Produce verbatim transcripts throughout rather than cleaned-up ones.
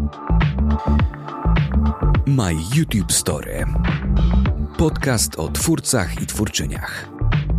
My YouTube Story. Podcast o twórcach i twórczyniach.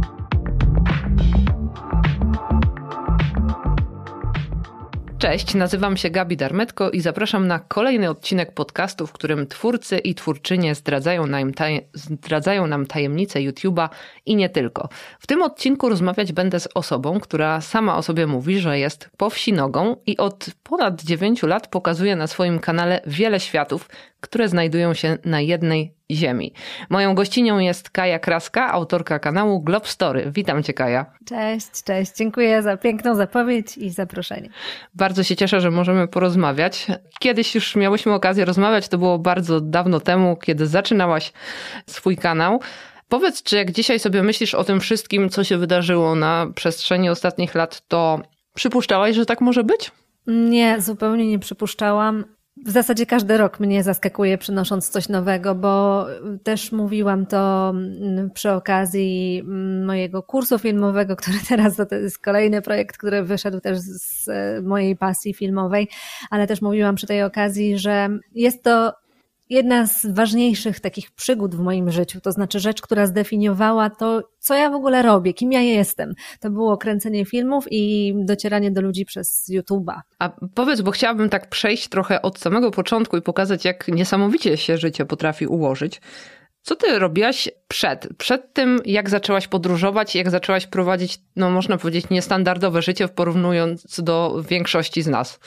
Cześć, nazywam się Gabi Darmetko i zapraszam na kolejny odcinek podcastu, w którym twórcy i twórczynie zdradzają nam, taj- zdradzają nam tajemnice YouTube'a i nie tylko. W tym odcinku rozmawiać będę z osobą, która sama o sobie mówi, że jest powsinogą i od ponad dziewięciu lat pokazuje na swoim kanale wiele światów, które znajdują się na jednej ziemi. Moją gościnią jest Kaja Kraska, autorka kanału Globe Story. Witam Cię, Kaja. Cześć, cześć. Dziękuję za piękną zapowiedź i zaproszenie. Bardzo się cieszę, że możemy porozmawiać. Kiedyś już miałyśmy okazję rozmawiać, to było bardzo dawno temu, kiedy zaczynałaś swój kanał. Powiedz, czy jak dzisiaj sobie myślisz o tym wszystkim, co się wydarzyło na przestrzeni ostatnich lat, to przypuszczałaś, że tak może być? Nie, zupełnie nie przypuszczałam. W zasadzie każdy rok mnie zaskakuje, przynosząc coś nowego, bo też mówiłam to przy okazji mojego kursu filmowego, który teraz to jest kolejny projekt, który wyszedł też z mojej pasji filmowej, ale też mówiłam przy tej okazji, że jest to jedna z ważniejszych takich przygód w moim życiu, to znaczy rzecz, która zdefiniowała to, co ja w ogóle robię, kim ja jestem. To było kręcenie filmów i docieranie do ludzi przez YouTube'a. A powiedz, bo chciałabym tak przejść trochę od samego początku i pokazać, jak niesamowicie się życie potrafi ułożyć. Co ty robiłaś przed? Przed tym, jak zaczęłaś podróżować, jak zaczęłaś prowadzić, no można powiedzieć, niestandardowe życie, porównując do większości z nas?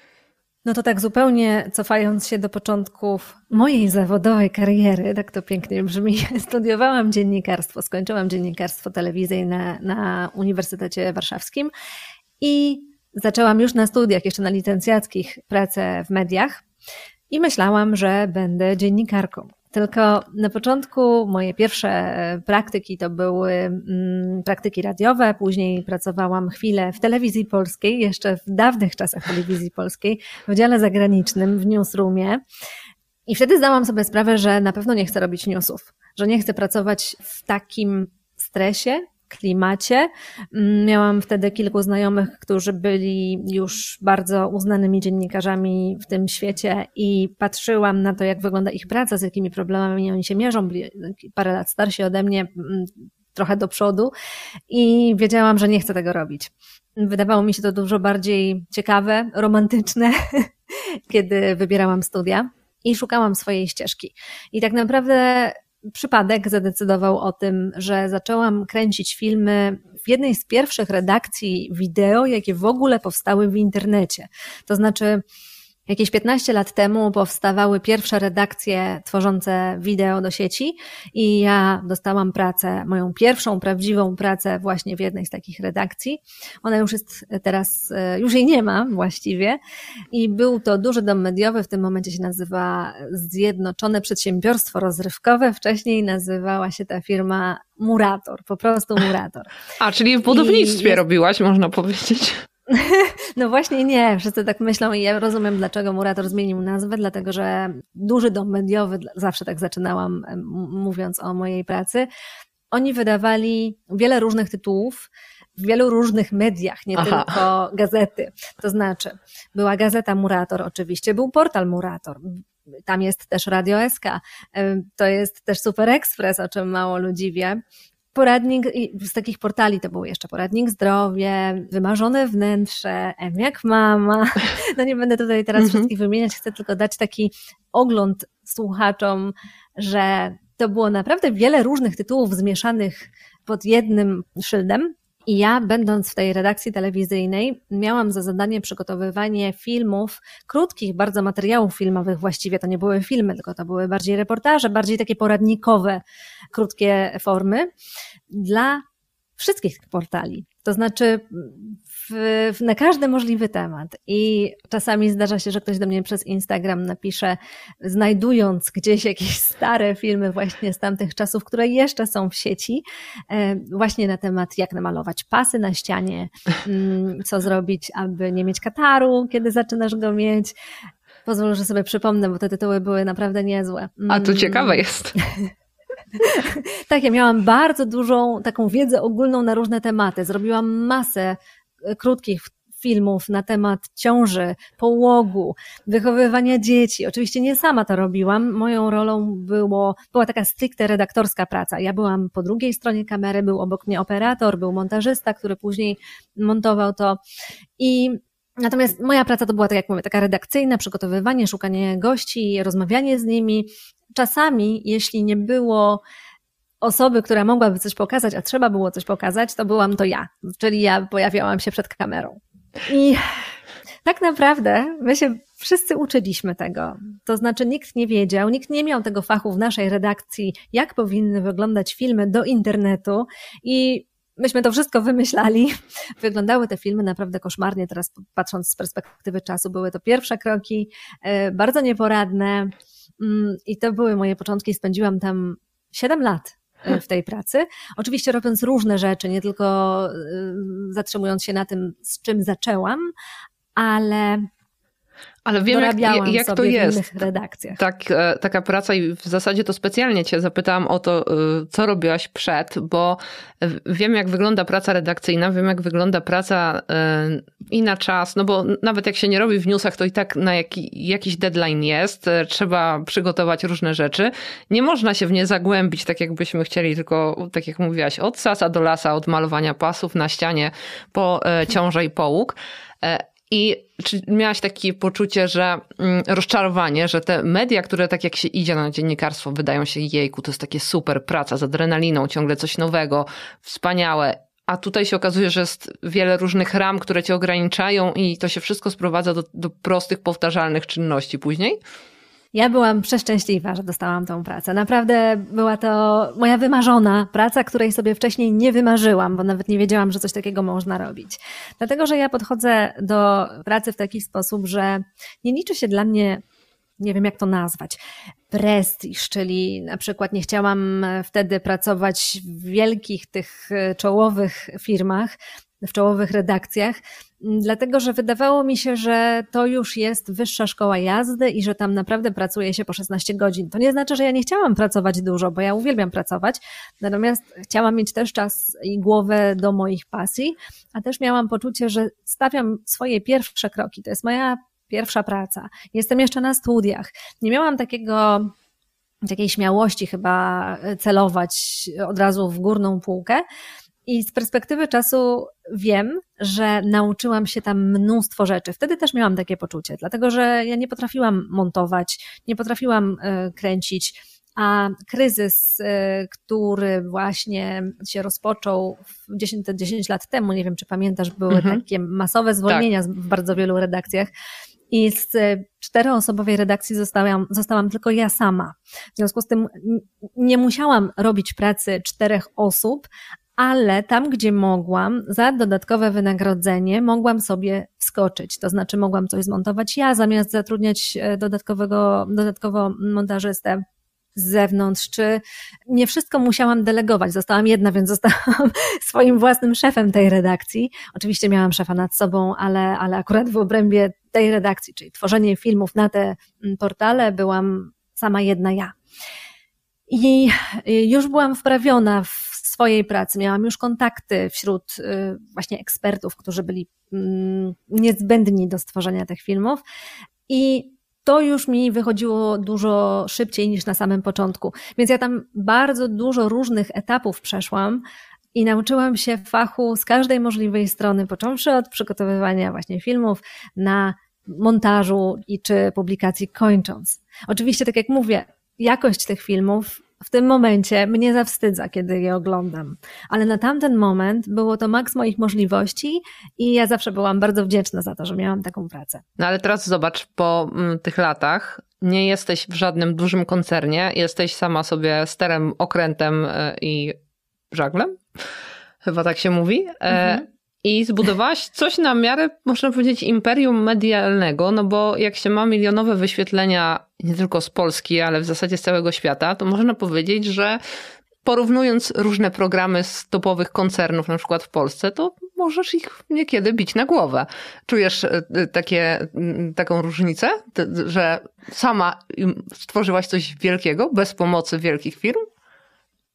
No to tak zupełnie cofając się do początków mojej zawodowej kariery, tak to pięknie brzmi, studiowałam dziennikarstwo, skończyłam dziennikarstwo telewizyjne na Uniwersytecie Warszawskim i zaczęłam już na studiach, jeszcze na licencjackich, pracę w mediach i myślałam, że będę dziennikarką. Tylko na początku moje pierwsze praktyki to były praktyki radiowe, później pracowałam chwilę w telewizji polskiej, jeszcze w dawnych czasach telewizji polskiej, w dziale zagranicznym, w newsroomie i wtedy zdałam sobie sprawę, że na pewno nie chcę robić newsów, że nie chcę pracować w takim stresie, klimacie. Miałam wtedy kilku znajomych, którzy byli już bardzo uznanymi dziennikarzami w tym świecie i patrzyłam na to, jak wygląda ich praca, z jakimi problemami oni się mierzą, byli parę lat starsi ode mnie, trochę do przodu i wiedziałam, że nie chcę tego robić. Wydawało mi się to dużo bardziej ciekawe, romantyczne, kiedy wybierałam studia i szukałam swojej ścieżki. I tak naprawdę przypadek zadecydował o tym, że zaczęłam kręcić filmy w jednej z pierwszych redakcji wideo, jakie w ogóle powstały w internecie. To znaczy jakieś piętnaście lat temu powstawały pierwsze redakcje tworzące wideo do sieci i ja dostałam pracę, moją pierwszą prawdziwą pracę właśnie w jednej z takich redakcji. Ona już jest teraz, już jej nie ma właściwie i był to duży dom mediowy, w tym momencie się nazywa Zjednoczone Przedsiębiorstwo Rozrywkowe, wcześniej nazywała się ta firma Murator, po prostu Murator. A, czyli w budownictwie jest... robiłaś, można powiedzieć. No właśnie nie, wszyscy tak myślą i ja rozumiem, dlaczego Murator zmienił nazwę, dlatego że duży dom mediowy, zawsze tak zaczynałam mówiąc o mojej pracy, oni wydawali wiele różnych tytułów w wielu różnych mediach, nie Aha. tylko gazety. To znaczy była gazeta Murator oczywiście, był portal Murator, tam jest też Radio S K, to jest też Super Express, o czym mało ludzi wie. Poradnik, z takich portali to był jeszcze Poradnik Zdrowie, Wymarzone Wnętrze, M jak Mama. No nie będę tutaj teraz wszystkich wymieniać, chcę tylko dać taki ogląd słuchaczom, że to było naprawdę wiele różnych tytułów zmieszanych pod jednym szyldem. I ja, będąc w tej redakcji telewizyjnej, miałam za zadanie przygotowywanie filmów, krótkich bardzo materiałów filmowych właściwie, to nie były filmy, tylko to były bardziej reportaże, bardziej takie poradnikowe, krótkie formy dla wszystkich tych portali. To znaczy w, w, na każdy możliwy temat i czasami zdarza się, że ktoś do mnie przez Instagram napisze, znajdując gdzieś jakieś stare filmy właśnie z tamtych czasów, które jeszcze są w sieci, właśnie na temat jak namalować pasy na ścianie, co zrobić, aby nie mieć kataru, kiedy zaczynasz go mieć. Pozwól, że sobie przypomnę, bo te tytuły były naprawdę niezłe. A to ciekawe jest. Tak, ja miałam bardzo dużą taką wiedzę ogólną na różne tematy. Zrobiłam masę krótkich filmów na temat ciąży, połogu, wychowywania dzieci. Oczywiście nie sama to robiłam. Moją rolą było, była taka stricte redaktorska praca. Ja byłam po drugiej stronie kamery, był obok mnie operator, był montażysta, który później montował to. I natomiast moja praca to była, tak jak mówię, taka redakcyjna, przygotowywanie, szukanie gości, rozmawianie z nimi. Czasami, jeśli nie było osoby, która mogłaby coś pokazać, a trzeba było coś pokazać, to byłam to ja, czyli ja pojawiałam się przed kamerą. I tak naprawdę my się wszyscy uczyliśmy tego. To znaczy nikt nie wiedział, nikt nie miał tego fachu w naszej redakcji, jak powinny wyglądać filmy do internetu i myśmy to wszystko wymyślali. Wyglądały te filmy naprawdę koszmarnie, teraz patrząc z perspektywy czasu, były to pierwsze kroki, bardzo nieporadne i to były moje początki. Spędziłam tam siedem lat w tej pracy. Oczywiście robiąc różne rzeczy, nie tylko zatrzymując się na tym, z czym zaczęłam, ale... Ale wiem, jak, jak to jest. W innych redakcjach. Tak, taka praca i w zasadzie to specjalnie cię zapytałam o to, co robiłaś przed, bo wiem, jak wygląda praca redakcyjna, wiem, jak wygląda praca i na czas, no bo nawet jak się nie robi w newsach, to i tak na jaki, jakiś deadline jest, trzeba przygotować różne rzeczy. Nie można się w nie zagłębić, tak jakbyśmy chcieli, tylko tak jak mówiłaś, od sasa do lasa, od malowania pasów na ścianie po ciążę i połóg. I czy miałaś takie poczucie, że mm, rozczarowanie, że te media, które tak jak się idzie na dziennikarstwo, wydają się jejku, to jest takie super praca z adrenaliną, ciągle coś nowego, wspaniałe, a tutaj się okazuje, że jest wiele różnych ram, które cię ograniczają i to się wszystko sprowadza do, do prostych, powtarzalnych czynności później? Ja byłam przeszczęśliwa, że dostałam tą pracę. Naprawdę była to moja wymarzona praca, której sobie wcześniej nie wymarzyłam, bo nawet nie wiedziałam, że coś takiego można robić. Dlatego, że ja podchodzę do pracy w taki sposób, że nie liczy się dla mnie, nie wiem jak to nazwać, prestiż, czyli na przykład nie chciałam wtedy pracować w wielkich tych czołowych firmach, w czołowych redakcjach, dlatego, że wydawało mi się, że to już jest wyższa szkoła jazdy i że tam naprawdę pracuje się po szesnaście godzin. To nie znaczy, że ja nie chciałam pracować dużo, bo ja uwielbiam pracować, natomiast chciałam mieć też czas i głowę do moich pasji, a też miałam poczucie, że stawiam swoje pierwsze kroki. To jest moja pierwsza praca. Jestem jeszcze na studiach. Nie miałam takiego... takiej śmiałości chyba celować od razu w górną półkę. I z perspektywy czasu wiem, że nauczyłam się tam mnóstwo rzeczy. Wtedy też miałam takie poczucie, dlatego że ja nie potrafiłam montować, nie potrafiłam kręcić, a kryzys, który właśnie się rozpoczął dziesięć, dziesięć lat temu, nie wiem czy pamiętasz, były mhm. takie masowe zwolnienia tak. w bardzo wielu redakcjach. I z czteroosobowej redakcji zostałam, zostałam tylko ja sama. W związku z tym nie musiałam robić pracy czterech osób, ale tam, gdzie mogłam, za dodatkowe wynagrodzenie mogłam sobie wskoczyć. To znaczy mogłam coś zmontować ja, zamiast zatrudniać dodatkowego, dodatkowo montażystę z zewnątrz, czy nie wszystko musiałam delegować. Zostałam jedna, więc zostałam swoim własnym szefem tej redakcji. Oczywiście miałam szefa nad sobą, ale, ale akurat w obrębie tej redakcji, czyli tworzenie filmów na te portale, byłam sama jedna ja. I już byłam wprawiona w swojej pracy, miałam już kontakty wśród właśnie ekspertów, którzy byli niezbędni do stworzenia tych filmów i to już mi wychodziło dużo szybciej niż na samym początku. Więc ja tam bardzo dużo różnych etapów przeszłam i nauczyłam się fachu z każdej możliwej strony, począwszy od przygotowywania właśnie filmów na montażu i czy publikacji kończąc. Oczywiście, tak jak mówię, jakość tych filmów w tym momencie mnie zawstydza, kiedy je oglądam. Ale na tamten moment było to maks moich możliwości i ja zawsze byłam bardzo wdzięczna za to, że miałam taką pracę. No ale teraz zobacz, po m, tych latach nie jesteś w żadnym dużym koncernie, jesteś sama sobie sterem, okrętem i żaglem, chyba tak się mówi. Mhm. I zbudowałaś coś na miarę, można powiedzieć, imperium medialnego, no bo jak się ma milionowe wyświetlenia nie tylko z Polski, ale w zasadzie z całego świata, to można powiedzieć, że porównując różne programy z topowych koncernów, na przykład w Polsce, to możesz ich niekiedy bić na głowę. Czujesz takie, taką różnicę, że sama stworzyłaś coś wielkiego bez pomocy wielkich firm?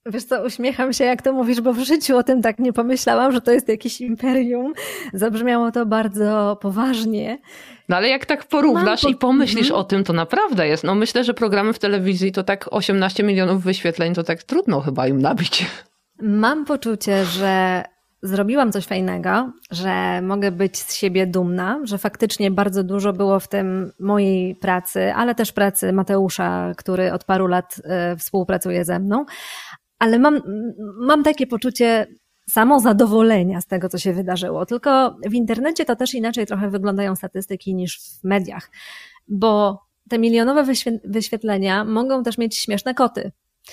Wiesz co, uśmiecham się, jak to mówisz, bo w życiu o tym tak nie pomyślałam, że to jest jakieś imperium. Zabrzmiało to bardzo poważnie. No ale jak tak porównasz po... i pomyślisz mm-hmm. o tym, to naprawdę jest. No myślę, że programy w telewizji to tak osiemnaście milionów wyświetleń, to tak trudno chyba im nabić. Mam poczucie, że zrobiłam coś fajnego, że mogę być z siebie dumna, że faktycznie bardzo dużo było w tym mojej pracy, ale też pracy Mateusza, który od paru lat współpracuje ze mną. Ale mam, mam takie poczucie samozadowolenia z tego, co się wydarzyło. Tylko w internecie to też inaczej trochę wyglądają statystyki niż w mediach, bo te milionowe wyświe- wyświetlenia mogą też mieć śmieszne koty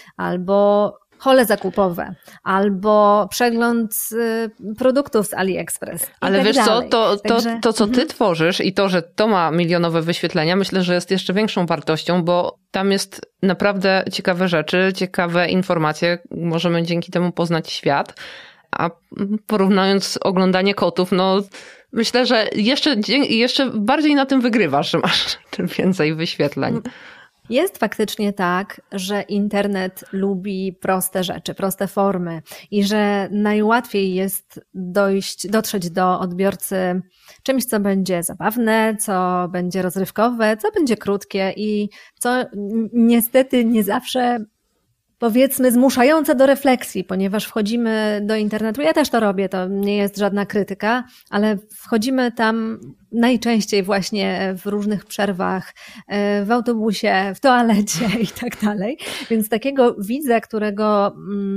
albo hole zakupowe, albo przegląd produktów z AliExpress. Ale tak wiesz dalej. co, to, to, Także... to co ty mhm. tworzysz i to, że to ma milionowe wyświetlenia, myślę, że jest jeszcze większą wartością, bo tam jest naprawdę ciekawe rzeczy, ciekawe informacje. Możemy dzięki temu poznać świat. A porównując oglądanie kotów, no myślę, że jeszcze, jeszcze bardziej na tym wygrywasz, że masz tym więcej wyświetleń. Jest faktycznie tak, że internet lubi proste rzeczy, proste formy i że najłatwiej jest dojść, dotrzeć do odbiorcy czymś, co będzie zabawne, co będzie rozrywkowe, co będzie krótkie i co niestety nie zawsze, powiedzmy, zmuszające do refleksji, ponieważ wchodzimy do internetu, ja też to robię, to nie jest żadna krytyka, ale wchodzimy tam najczęściej właśnie w różnych przerwach, w autobusie, w toalecie i tak dalej. Więc takiego widza, którego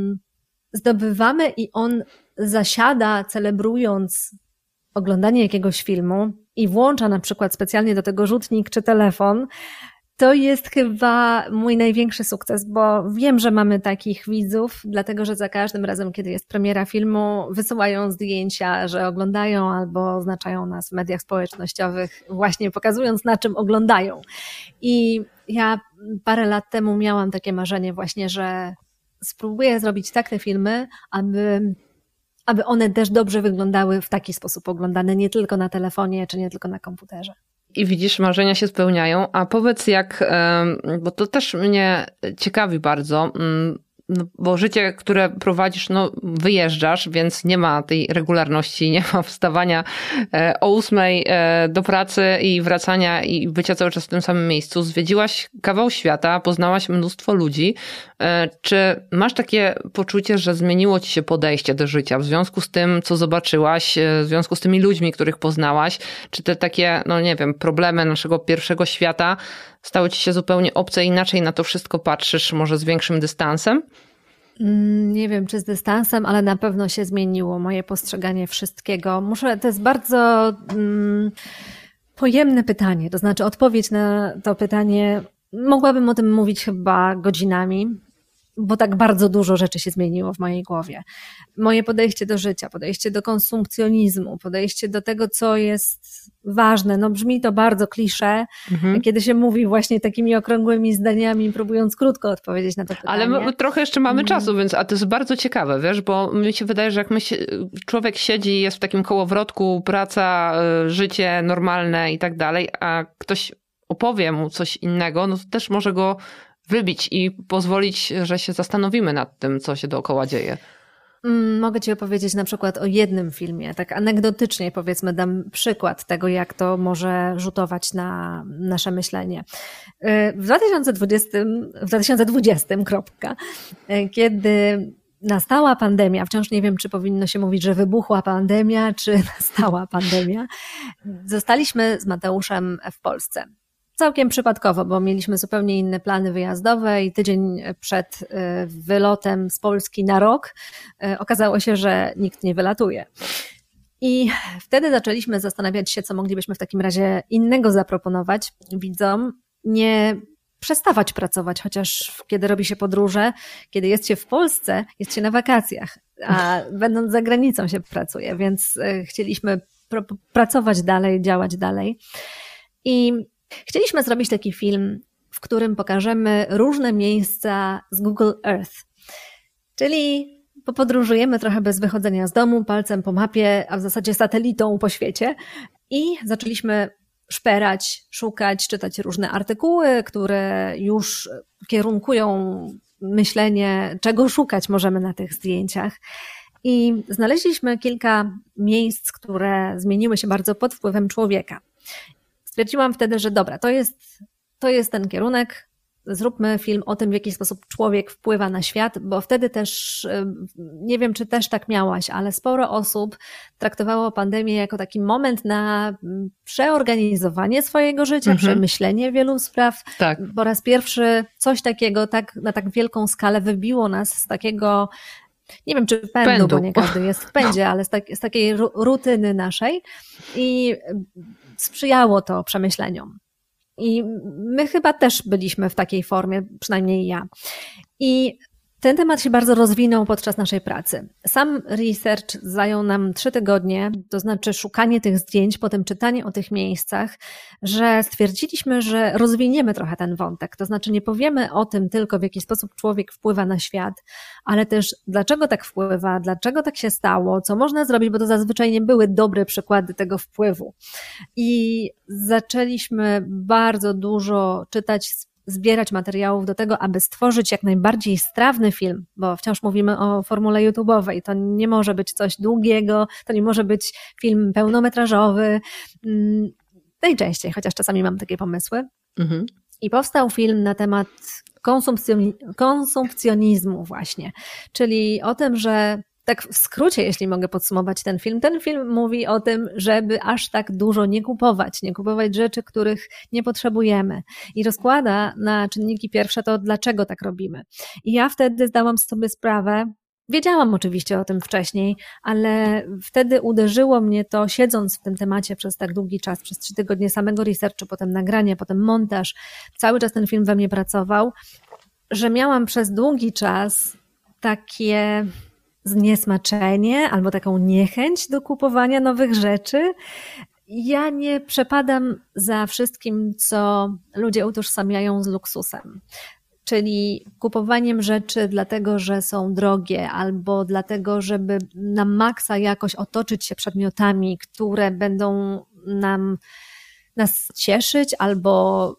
zdobywamy i on zasiada, celebrując oglądanie jakiegoś filmu i włącza na przykład specjalnie do tego rzutnik czy telefon, to jest chyba mój największy sukces, bo wiem, że mamy takich widzów, dlatego że za każdym razem, kiedy jest premiera filmu, wysyłają zdjęcia, że oglądają albo oznaczają nas w mediach społecznościowych, właśnie pokazując, na czym oglądają. I ja parę lat temu miałam takie marzenie właśnie, że spróbuję zrobić tak te filmy, aby aby one też dobrze wyglądały w taki sposób oglądane, nie tylko na telefonie, czy nie tylko na komputerze. I widzisz, marzenia się spełniają. A powiedz jak, bo to też mnie ciekawi bardzo, no bo życie, które prowadzisz, no wyjeżdżasz, więc nie ma tej regularności, nie ma wstawania o ósmej do pracy i wracania i bycia cały czas w tym samym miejscu. Zwiedziłaś kawał świata, poznałaś mnóstwo ludzi. Czy masz takie poczucie, że zmieniło ci się podejście do życia w związku z tym, co zobaczyłaś, w związku z tymi ludźmi, których poznałaś? Czy te takie, no nie wiem, problemy naszego pierwszego świata stały ci się zupełnie obce, inaczej na to wszystko patrzysz, może z większym dystansem? Nie wiem, czy z dystansem, ale na pewno się zmieniło moje postrzeganie wszystkiego. Muszę, to jest bardzo mm, pojemne pytanie, to znaczy odpowiedź na to pytanie, mogłabym o tym mówić chyba godzinami, bo tak bardzo dużo rzeczy się zmieniło w mojej głowie. Moje podejście do życia, podejście do konsumpcjonizmu, podejście do tego, co jest ważne. No brzmi to bardzo klisze, mhm. kiedy się mówi właśnie takimi okrągłymi zdaniami, próbując krótko odpowiedzieć na to pytanie. Ale my trochę jeszcze mamy mhm. czasu, więc a to jest bardzo ciekawe, wiesz, bo mi się wydaje, że jak my się, człowiek siedzi i jest w takim kołowrotku, praca, życie normalne i tak dalej, a ktoś opowie mu coś innego, no to też może go wybić i pozwolić, że się zastanowimy nad tym, co się dookoła dzieje. Mogę ci opowiedzieć na przykład o jednym filmie, tak anegdotycznie powiedzmy dam przykład tego, jak to może rzutować na nasze myślenie. W dwa tysiące dwudziestym, w dwa tysiące dwudziestym, kropka, kiedy nastała pandemia, wciąż nie wiem, czy powinno się mówić, że wybuchła pandemia, czy nastała pandemia, zostaliśmy z Mateuszem w Polsce. Całkiem przypadkowo, bo mieliśmy zupełnie inne plany wyjazdowe i tydzień przed wylotem z Polski na rok okazało się, że nikt nie wylatuje. I wtedy zaczęliśmy zastanawiać się, co moglibyśmy w takim razie innego zaproponować widzom. Nie przestawać pracować, chociaż kiedy robi się podróże, kiedy jest się w Polsce, jest się na wakacjach, a będąc za granicą się pracuje, więc chcieliśmy pr- pracować dalej, działać dalej. I chcieliśmy zrobić taki film, w którym pokażemy różne miejsca z Google Earth, czyli popodróżujemy trochę bez wychodzenia z domu, palcem po mapie, a w zasadzie satelitą po świecie i zaczęliśmy szperać, szukać, czytać różne artykuły, które już kierunkują myślenie, czego szukać możemy na tych zdjęciach. I znaleźliśmy kilka miejsc, które zmieniły się bardzo pod wpływem człowieka. Stwierdziłam wtedy, że dobra, to jest, to jest ten kierunek, zróbmy film o tym, w jaki sposób człowiek wpływa na świat, bo wtedy też, nie wiem, czy też tak miałaś, ale sporo osób traktowało pandemię jako taki moment na przeorganizowanie swojego życia, mhm. przemyślenie wielu spraw. Tak. Po raz pierwszy coś takiego tak, na tak wielką skalę wybiło nas z takiego, nie wiem czy pędu, pędu. bo nie każdy jest w pędzie, ale z, tak, z takiej rutyny naszej i sprzyjało to przemyśleniom. I my chyba też byliśmy w takiej formie, przynajmniej ja. I ten temat się bardzo rozwinął podczas naszej pracy. Sam research zajął nam trzy tygodnie, to znaczy szukanie tych zdjęć, potem czytanie o tych miejscach, że stwierdziliśmy, że rozwiniemy trochę ten wątek. To znaczy nie powiemy o tym tylko, w jaki sposób człowiek wpływa na świat, ale też dlaczego tak wpływa, dlaczego tak się stało, co można zrobić, bo to zazwyczaj nie były dobre przykłady tego wpływu. I zaczęliśmy bardzo dużo czytać, zbierać materiałów do tego, aby stworzyć jak najbardziej strawny film, bo wciąż mówimy o formule YouTube'owej. To nie może być coś długiego, to nie może być film pełnometrażowy. Najczęściej, chociaż czasami mam takie pomysły. Mhm. I powstał film na temat konsumpcjoni- konsumpcjonizmu właśnie, czyli o tym, że tak w skrócie, jeśli mogę podsumować ten film, ten film mówi o tym, żeby aż tak dużo nie kupować, nie kupować rzeczy, których nie potrzebujemy i rozkłada na czynniki pierwsze to, dlaczego tak robimy. I ja wtedy zdałam sobie sprawę, wiedziałam oczywiście o tym wcześniej, ale wtedy uderzyło mnie to, siedząc w tym temacie przez tak długi czas, przez trzy tygodnie samego researchu, potem nagrania, potem montaż, cały czas ten film we mnie pracował, że miałam przez długi czas takie zniesmaczenie albo taką niechęć do kupowania nowych rzeczy. Ja nie przepadam za wszystkim, co ludzie utożsamiają z luksusem. Czyli kupowaniem rzeczy dlatego, że są drogie albo dlatego, żeby na maksa jakoś otoczyć się przedmiotami, które będą nam, nas cieszyć albo...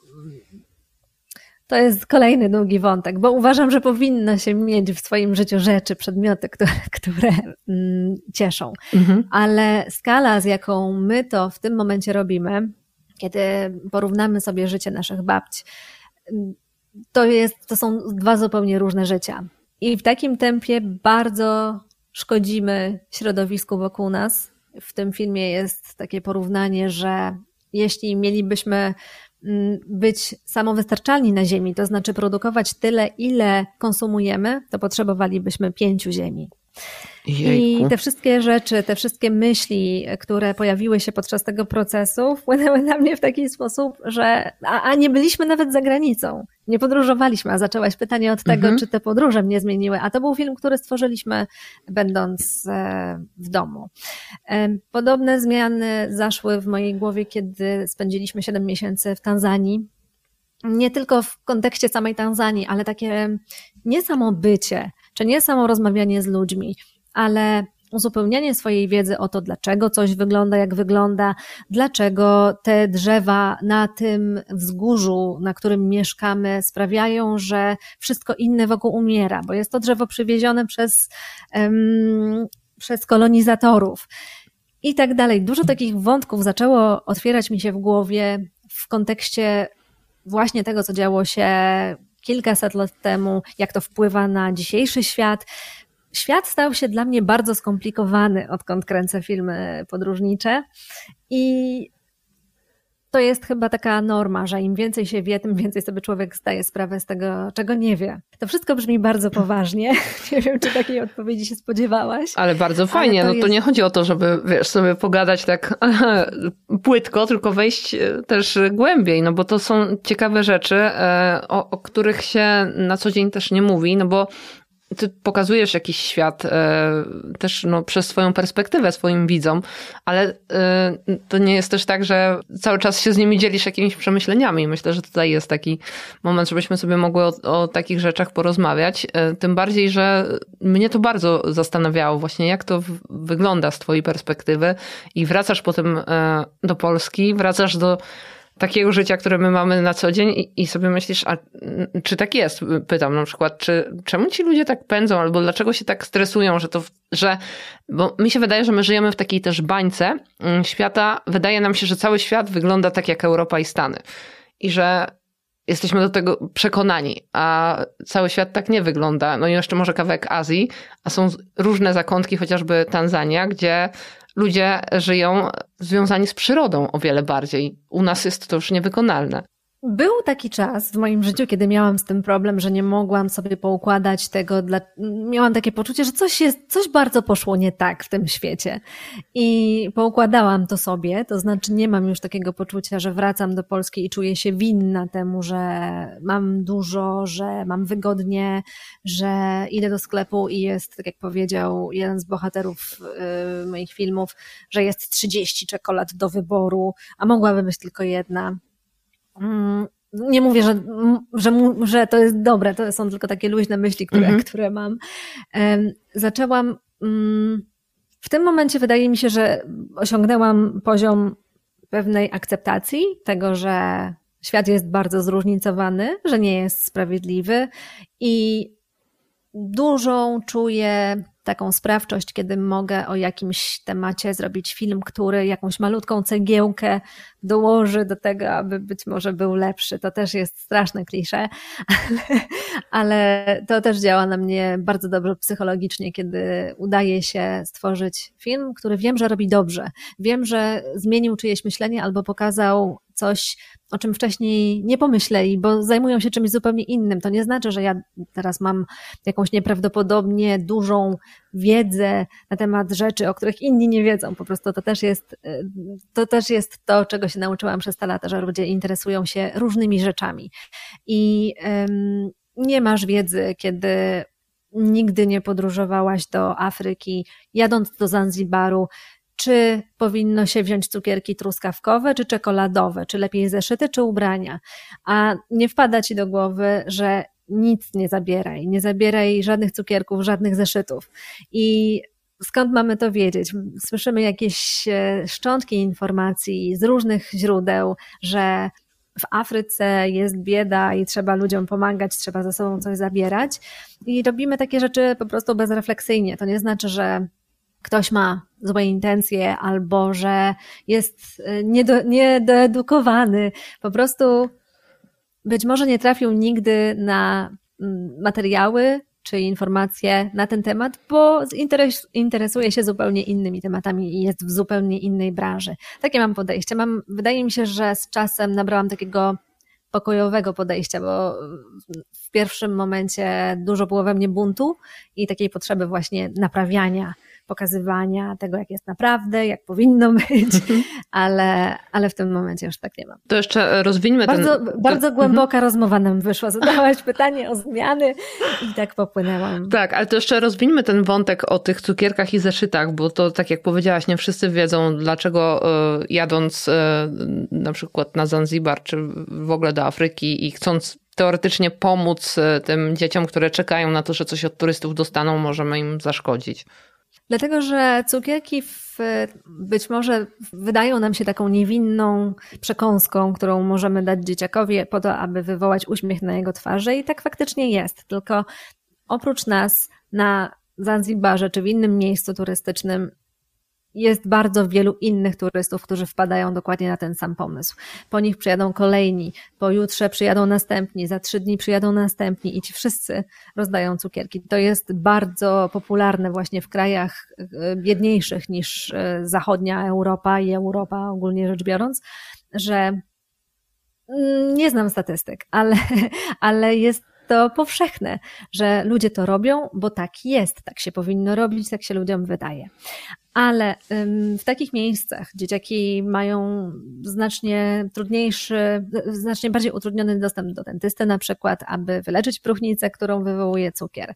To jest kolejny długi wątek, bo uważam, że powinno się mieć w swoim życiu rzeczy, przedmioty, które, które mm, cieszą. Mhm. Ale skala, z jaką my to w tym momencie robimy, kiedy porównamy sobie życie naszych babci, to, jest, to są dwa zupełnie różne życia. I w takim tempie bardzo szkodzimy środowisku wokół nas. W tym filmie jest takie porównanie, że jeśli mielibyśmy być samowystarczalni na ziemi, to znaczy produkować tyle, ile konsumujemy, to potrzebowalibyśmy pięciu ziemi. Jejku. I te wszystkie rzeczy, te wszystkie myśli, które pojawiły się podczas tego procesu, wpłynęły na mnie w taki sposób, że a, a nie byliśmy nawet za granicą, nie podróżowaliśmy, a zaczęłaś pytanie od tego, mhm. czy te podróże mnie zmieniły, a to był film, który stworzyliśmy będąc w domu. Podobne zmiany zaszły w mojej głowie, kiedy spędziliśmy siedem miesięcy w Tanzanii. Nie tylko w kontekście samej Tanzanii, ale takie nie samo bycie, czy nie samo rozmawianie z ludźmi, ale uzupełnianie swojej wiedzy o to, dlaczego coś wygląda jak wygląda, dlaczego te drzewa na tym wzgórzu, na którym mieszkamy, sprawiają, że wszystko inne wokół umiera, bo jest to drzewo przywiezione przez, um, przez kolonizatorów i tak dalej. Dużo takich wątków zaczęło otwierać mi się w głowie w kontekście właśnie tego, co działo się kilkaset lat temu, jak to wpływa na dzisiejszy świat. Świat stał się dla mnie bardzo skomplikowany, odkąd kręcę filmy podróżnicze i to jest chyba taka norma, że im więcej się wie, tym więcej sobie człowiek zdaje sprawę z tego, czego nie wie. To wszystko brzmi bardzo poważnie. Nie wiem, czy takiej odpowiedzi się spodziewałaś. Ale bardzo fajnie. To no to jest... nie chodzi o to, żeby wiesz, sobie pogadać tak płytko, tylko wejść też głębiej, no bo to są ciekawe rzeczy, o, o których się na co dzień też nie mówi, no bo ty pokazujesz jakiś świat e, też no, przez swoją perspektywę swoim widzom, ale e, to nie jest też tak, że cały czas się z nimi dzielisz jakimiś przemyśleniami. Myślę, że tutaj jest taki moment, żebyśmy sobie mogły o, o takich rzeczach porozmawiać. E, tym bardziej, że mnie to bardzo zastanawiało właśnie, jak to w, wygląda z twojej perspektywy i wracasz potem e, do Polski, wracasz do takiego życia, które my mamy na co dzień i, i sobie myślisz, a czy tak jest? Pytam na przykład, czy czemu ci ludzie tak pędzą albo dlaczego się tak stresują, że to, że, bo mi się wydaje, że my żyjemy w takiej też bańce świata. Wydaje nam się, że cały świat wygląda tak jak Europa i Stany i że jesteśmy do tego przekonani, a cały świat tak nie wygląda. No i jeszcze może kawałek Azji, a są różne zakątki, chociażby Tanzania, gdzie ludzie żyją związani z przyrodą o wiele bardziej. U nas jest to już niewykonalne. Był taki czas w moim życiu, kiedy miałam z tym problem, że nie mogłam sobie poukładać tego, dla... miałam takie poczucie, że coś jest, coś bardzo poszło nie tak w tym świecie. I poukładałam to sobie, to znaczy nie mam już takiego poczucia, że wracam do Polski i czuję się winna temu, że mam dużo, że mam wygodnie, że idę do sklepu i jest, tak jak powiedział jeden z bohaterów yy, moich filmów, że jest trzydzieści czekolad do wyboru, a mogłaby być tylko jedna. Nie mówię, że, że, że to jest dobre, to są tylko takie luźne myśli, które, mhm. które mam. Zaczęłam, w tym momencie wydaje mi się, że osiągnęłam poziom pewnej akceptacji tego, że świat jest bardzo zróżnicowany, że nie jest sprawiedliwy i dużą czuję taką sprawczość, kiedy mogę o jakimś temacie zrobić film, który jakąś malutką cegiełkę dołoży do tego, aby być może był lepszy. To też jest straszne klisze, ale, ale to też działa na mnie bardzo dobrze psychologicznie, kiedy udaje się stworzyć film, który wiem, że robi dobrze. Wiem, że zmienił czyjeś myślenie albo pokazał coś, o czym wcześniej nie pomyśleli, bo zajmują się czymś zupełnie innym. To nie znaczy, że ja teraz mam jakąś nieprawdopodobnie dużą wiedzę na temat rzeczy, o których inni nie wiedzą. Po prostu to też jest to, też jest to czego się nauczyłam przez te lata, że ludzie interesują się różnymi rzeczami. I um, nie masz wiedzy, kiedy nigdy nie podróżowałaś do Afryki, jadąc do Zanzibaru, czy powinno się wziąć cukierki truskawkowe, czy czekoladowe, czy lepiej zeszyty, czy ubrania. A nie wpada ci do głowy, że nic nie zabieraj, nie zabieraj żadnych cukierków, żadnych zeszytów. I skąd mamy to wiedzieć? Słyszymy jakieś szczątki informacji z różnych źródeł, że w Afryce jest bieda i trzeba ludziom pomagać, trzeba ze sobą coś zabierać. I robimy takie rzeczy po prostu bezrefleksyjnie. To nie znaczy, że ktoś ma złe intencje albo że jest niedo, niedoedukowany. Po prostu być może nie trafił nigdy na materiały czy informacje na ten temat, bo interes, interesuje się zupełnie innymi tematami i jest w zupełnie innej branży. Takie mam podejście. Mam, wydaje mi się, że z czasem nabrałam takiego pokojowego podejścia, bo w pierwszym momencie dużo było we mnie buntu i takiej potrzeby właśnie naprawiania, pokazywania tego, jak jest naprawdę, jak powinno być, ale, ale w tym momencie już tak nie mam. To jeszcze rozwińmy bardzo, ten... Bardzo głęboka rozmowa nam wyszła. Zadałaś pytanie o zmiany i tak popłynęłam. Tak, ale to jeszcze rozwińmy ten wątek o tych cukierkach i zeszytach, bo to tak jak powiedziałaś, nie wszyscy wiedzą, dlaczego jadąc na przykład na Zanzibar, czy w ogóle do Afryki i chcąc teoretycznie pomóc tym dzieciom, które czekają na to, że coś od turystów dostaną, możemy im zaszkodzić. Dlatego, że cukierki w, być może wydają nam się taką niewinną przekąską, którą możemy dać dzieciakowi po to, aby wywołać uśmiech na jego twarzy i tak faktycznie jest. Tylko oprócz nas na Zanzibarze czy w innym miejscu turystycznym jest bardzo wielu innych turystów, którzy wpadają dokładnie na ten sam pomysł. Po nich przyjadą kolejni, pojutrze przyjadą następni, za trzy dni przyjadą następni i ci wszyscy rozdają cukierki. To jest bardzo popularne właśnie w krajach biedniejszych niż zachodnia Europa i Europa ogólnie rzecz biorąc, że nie znam statystyk, ale, ale jest to powszechne, że ludzie to robią, bo tak jest, tak się powinno robić, tak się ludziom wydaje. Ale w takich miejscach dzieciaki mają znacznie trudniejszy, znacznie bardziej utrudniony dostęp do dentysty na przykład, aby wyleczyć próchnicę, którą wywołuje cukier.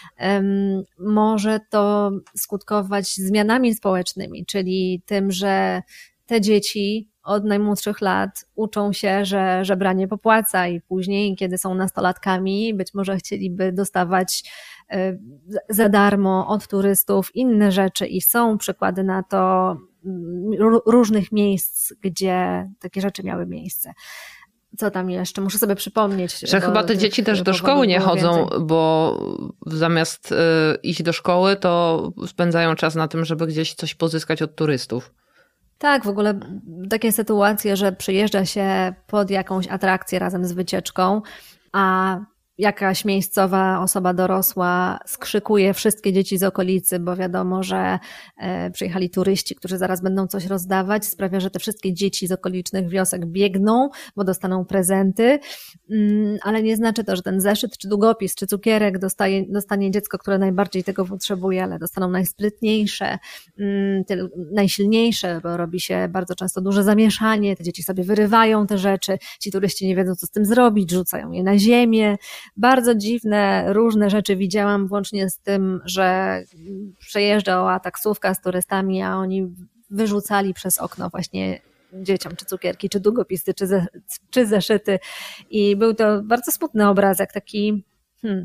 Może to skutkować zmianami społecznymi, czyli tym, że te dzieci od najmłodszych lat uczą się, że żebranie popłaca i później, kiedy są nastolatkami, być może chcieliby dostawać za darmo od turystów inne rzeczy i są przykłady na to różnych miejsc, gdzie takie rzeczy miały miejsce. Co tam jeszcze? Muszę sobie przypomnieć. Że chyba te dzieci też do szkoły nie chodzą, więcej. Bo zamiast iść do szkoły, to spędzają czas na tym, żeby gdzieś coś pozyskać od turystów. Tak, w ogóle takie sytuacje, że przyjeżdża się pod jakąś atrakcję razem z wycieczką, a jakaś miejscowa osoba dorosła skrzykuje wszystkie dzieci z okolicy, bo wiadomo, że przyjechali turyści, którzy zaraz będą coś rozdawać, sprawia, że te wszystkie dzieci z okolicznych wiosek biegną, bo dostaną prezenty, ale nie znaczy to, że ten zeszyt, czy długopis, czy cukierek dostaje, dostanie dziecko, które najbardziej tego potrzebuje, ale dostaną najsprytniejsze, najsilniejsze, bo robi się bardzo często duże zamieszanie, te dzieci sobie wyrywają te rzeczy, ci turyści nie wiedzą, co z tym zrobić, rzucają je na ziemię. Bardzo dziwne, różne rzeczy widziałam, włącznie z tym, że przejeżdżała taksówka z turystami, a oni wyrzucali przez okno właśnie dzieciom czy cukierki, czy długopisy, czy, ze, czy zeszyty i był to bardzo smutny obrazek, taki hmm,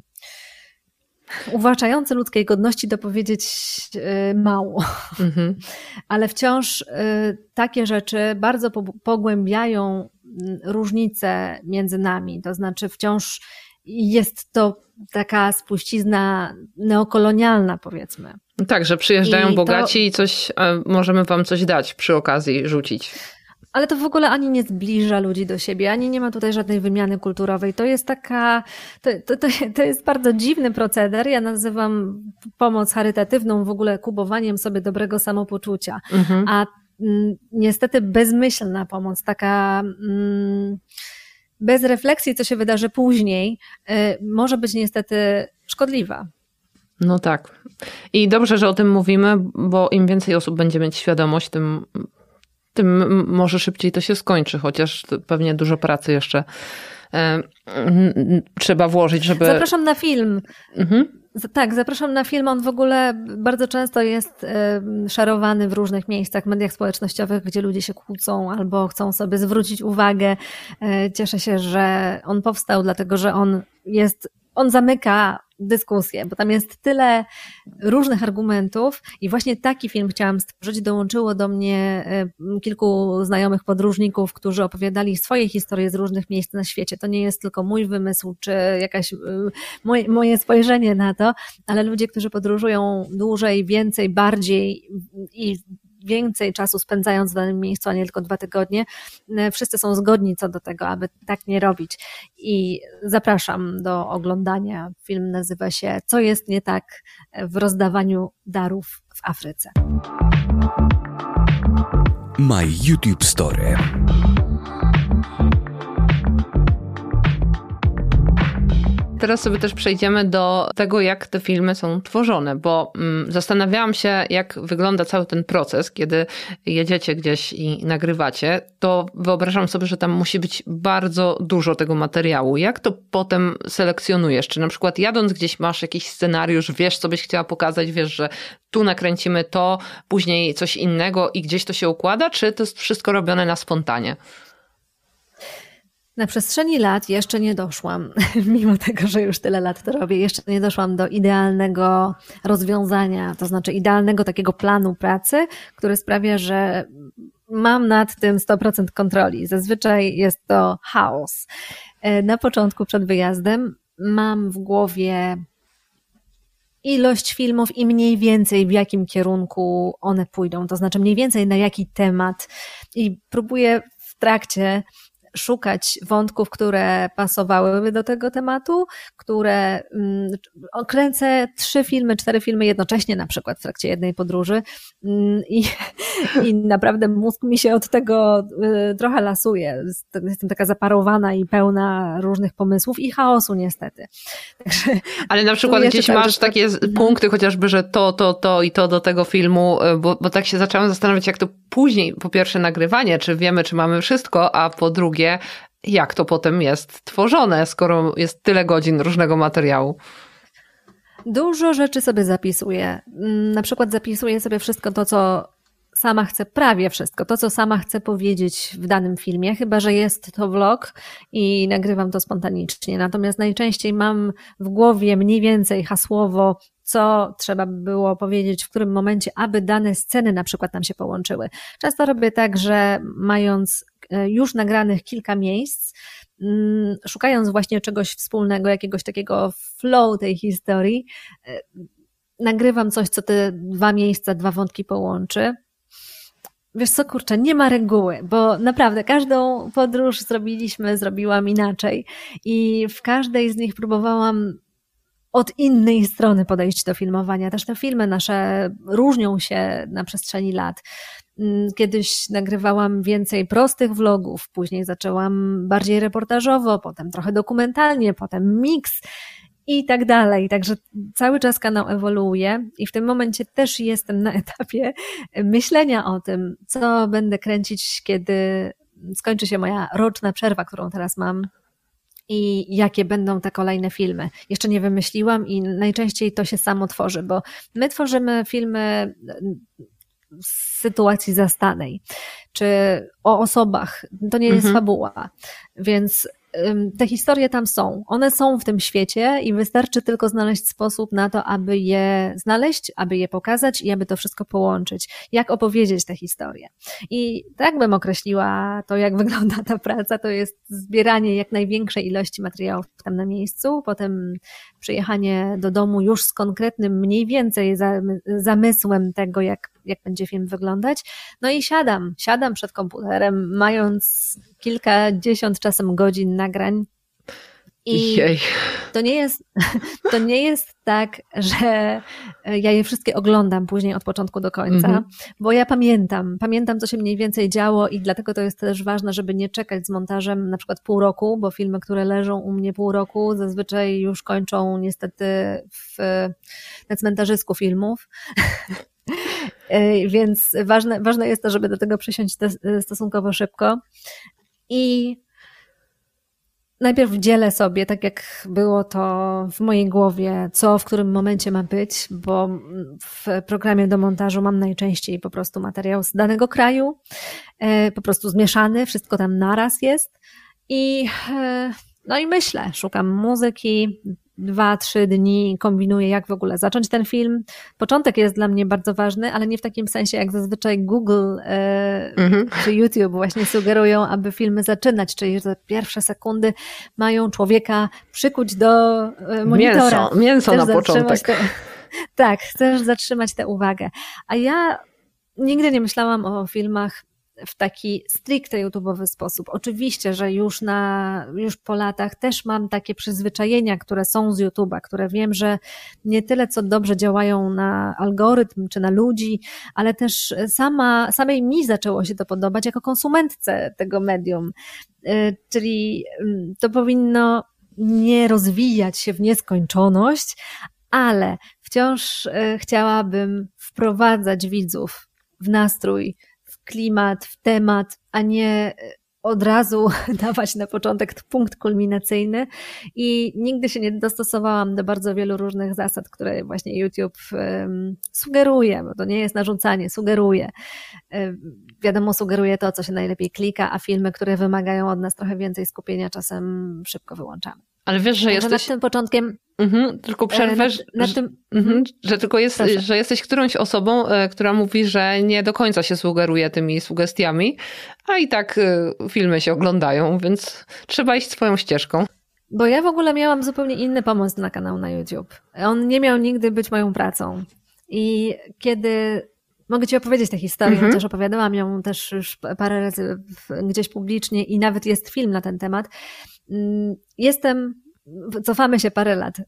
uwłaczający ludzkiej godności, to powiedzieć yy, mało. Mhm. Ale wciąż yy, takie rzeczy bardzo po, pogłębiają różnice między nami, to znaczy wciąż jest to taka spuścizna neokolonialna, powiedzmy. Tak, że przyjeżdżają I bogaci to... i coś, możemy wam coś dać przy okazji, rzucić. Ale to w ogóle ani nie zbliża ludzi do siebie, ani nie ma tutaj żadnej wymiany kulturowej. To jest taka, to, to, to, to jest bardzo dziwny proceder. Ja nazywam pomoc charytatywną w ogóle kubowaniem sobie dobrego samopoczucia. Mhm. A m, niestety bezmyślna pomoc, taka... Mm, bez refleksji, co się wydarzy później, może być niestety szkodliwa. No tak. I dobrze, że o tym mówimy, bo im więcej osób będzie mieć świadomość, tym, tym może szybciej to się skończy, chociaż pewnie dużo pracy jeszcze trzeba włożyć, żeby... Zapraszam na film. Mhm. Tak, zapraszam na film. On w ogóle bardzo często jest szerowany w różnych miejscach, w mediach społecznościowych, gdzie ludzie się kłócą albo chcą sobie zwrócić uwagę. Cieszę się, że on powstał, dlatego że on jest, on zamyka dyskusję, bo tam jest tyle różnych argumentów i właśnie taki film chciałam stworzyć. Dołączyło do mnie kilku znajomych podróżników, którzy opowiadali swoje historie z różnych miejsc na świecie. To nie jest tylko mój wymysł, czy jakaś moje, moje spojrzenie na to, ale ludzie, którzy podróżują dłużej, więcej, bardziej i więcej czasu spędzając w danym miejscu, a nie tylko dwa tygodnie, wszyscy są zgodni co do tego, aby tak nie robić. I zapraszam do oglądania. Film nazywa się Co jest nie tak w rozdawaniu darów w Afryce. My YouTube Story. Teraz sobie też przejdziemy do tego, jak te filmy są tworzone, bo mm, zastanawiałam się, jak wygląda cały ten proces, kiedy jedziecie gdzieś i nagrywacie, to wyobrażam sobie, że tam musi być bardzo dużo tego materiału. Jak to potem selekcjonujesz? Czy na przykład jadąc gdzieś masz jakiś scenariusz, wiesz, co byś chciała pokazać, wiesz, że tu nakręcimy to, później coś innego i gdzieś to się układa, czy to jest wszystko robione na spontanie? Na przestrzeni lat jeszcze nie doszłam, mimo tego, że już tyle lat to robię, jeszcze nie doszłam do idealnego rozwiązania, to znaczy idealnego takiego planu pracy, który sprawia, że mam nad tym sto procent kontroli. Zazwyczaj jest to chaos. Na początku przed wyjazdem mam w głowie ilość filmów i mniej więcej w jakim kierunku one pójdą, to znaczy mniej więcej na jaki temat i próbuję w trakcie szukać wątków, które pasowałyby do tego tematu, które kręcę trzy filmy, cztery filmy jednocześnie na przykład w trakcie jednej podróży i, i naprawdę mózg mi się od tego trochę lasuje. Jestem taka zaparowana i pełna różnych pomysłów i chaosu niestety. Także ale na przykład gdzieś masz takie mhm. punkty chociażby, że to, to, to i to do tego filmu, bo, bo tak się zaczęłam zastanawiać, jak to później, po pierwsze nagrywanie, czy wiemy, czy mamy wszystko, a po drugie, jak to potem jest tworzone, skoro jest tyle godzin różnego materiału. Dużo rzeczy sobie zapisuję. Na przykład zapisuję sobie wszystko to, co sama chcę, prawie wszystko, to co sama chcę powiedzieć w danym filmie, chyba że jest to vlog i nagrywam to spontanicznie. Natomiast najczęściej mam w głowie mniej więcej hasłowo, co trzeba by było powiedzieć, w którym momencie, aby dane sceny na przykład nam się połączyły. Często robię tak, że mając już nagranych kilka miejsc, szukając właśnie czegoś wspólnego, jakiegoś takiego flow tej historii, nagrywam coś, co te dwa miejsca, dwa wątki połączy. Wiesz co, kurczę, nie ma reguły, bo naprawdę każdą podróż zrobiliśmy, zrobiłam inaczej i w każdej z nich próbowałam od innej strony podejść do filmowania. Też te filmy nasze różnią się na przestrzeni lat. Kiedyś nagrywałam więcej prostych vlogów, później zaczęłam bardziej reportażowo, potem trochę dokumentalnie, potem mix i tak dalej. Także cały czas kanał ewoluuje i w tym momencie też jestem na etapie myślenia o tym, co będę kręcić, kiedy skończy się moja roczna przerwa, którą teraz mam i jakie będą te kolejne filmy. Jeszcze nie wymyśliłam i najczęściej to się samo tworzy, bo my tworzymy filmy z sytuacji zastanej, czy o osobach. To nie jest mhm. fabuła, więc te historie tam są. One są w tym świecie i wystarczy tylko znaleźć sposób na to, aby je znaleźć, aby je pokazać i aby to wszystko połączyć. Jak opowiedzieć tę historię. I tak bym określiła to, jak wygląda ta praca. To jest zbieranie jak największej ilości materiałów tam na miejscu, potem przyjechanie do domu już z konkretnym mniej więcej zamysłem tego, jak, jak będzie film wyglądać. No i siadam, siadam przed komputerem, mając kilkadziesiąt czasem godzin nagrań. I Jej. to nie jest, to nie jest tak, że ja je wszystkie oglądam później od początku do końca, mm-hmm. bo ja pamiętam, pamiętam co się mniej więcej działo i dlatego to jest też ważne, żeby nie czekać z montażem na przykład pół roku, bo filmy, które leżą u mnie pół roku zazwyczaj już kończą niestety w, na cmentarzysku filmów. Więc ważne, ważne jest to, żeby do tego przysiąść stosunkowo szybko i najpierw dzielę sobie, tak jak było to w mojej głowie, co w którym momencie ma być, bo w programie do montażu mam najczęściej po prostu materiał z danego kraju, po prostu zmieszany, wszystko tam naraz jest i no i myślę, szukam muzyki, dwa, trzy dni kombinuję, jak w ogóle zacząć ten film. Początek jest dla mnie bardzo ważny, ale nie w takim sensie, jak zazwyczaj Google e, mm-hmm. czy YouTube właśnie sugerują, aby filmy zaczynać, czyli że pierwsze sekundy mają człowieka przykuć do e, monitora. Mięso, mięso chcesz na początek. Te, tak, chcesz zatrzymać tę uwagę. A ja nigdy nie myślałam o filmach w taki stricte YouTube'owy sposób. Oczywiście, że już na, już po latach też mam takie przyzwyczajenia, które są z YouTube'a, które wiem, że nie tyle co dobrze działają na algorytm czy na ludzi, ale też sama, samej mi zaczęło się to podobać jako konsumentce tego medium. Czyli to powinno nie rozwijać się w nieskończoność, ale wciąż chciałabym wprowadzać widzów w nastrój, klimat, w temat, a nie od razu dawać na początek punkt kulminacyjny i nigdy się nie dostosowałam do bardzo wielu różnych zasad, które właśnie YouTube um, sugeruje, bo to nie jest narzucanie, sugeruje. Um, wiadomo, sugeruje to, co się najlepiej klika, a filmy, które wymagają od nas trochę więcej skupienia, czasem szybko wyłączamy. Ale wiesz, że jesteś... Nad tym początkiem... Mhm, tylko przerwę, że, nad tym... mhm, że tylko jest, że jesteś którąś osobą, która mówi, że nie do końca się sugeruje tymi sugestiami, a i tak filmy się oglądają, więc trzeba iść swoją ścieżką. Bo ja w ogóle miałam zupełnie inny pomysł na kanał na YouTube. On nie miał nigdy być moją pracą. I kiedy mogę Ci opowiedzieć tę historię, Mhm. chociaż opowiadałam ją też już parę razy w, gdzieś publicznie i nawet jest film na ten temat. Jestem, cofamy się parę lat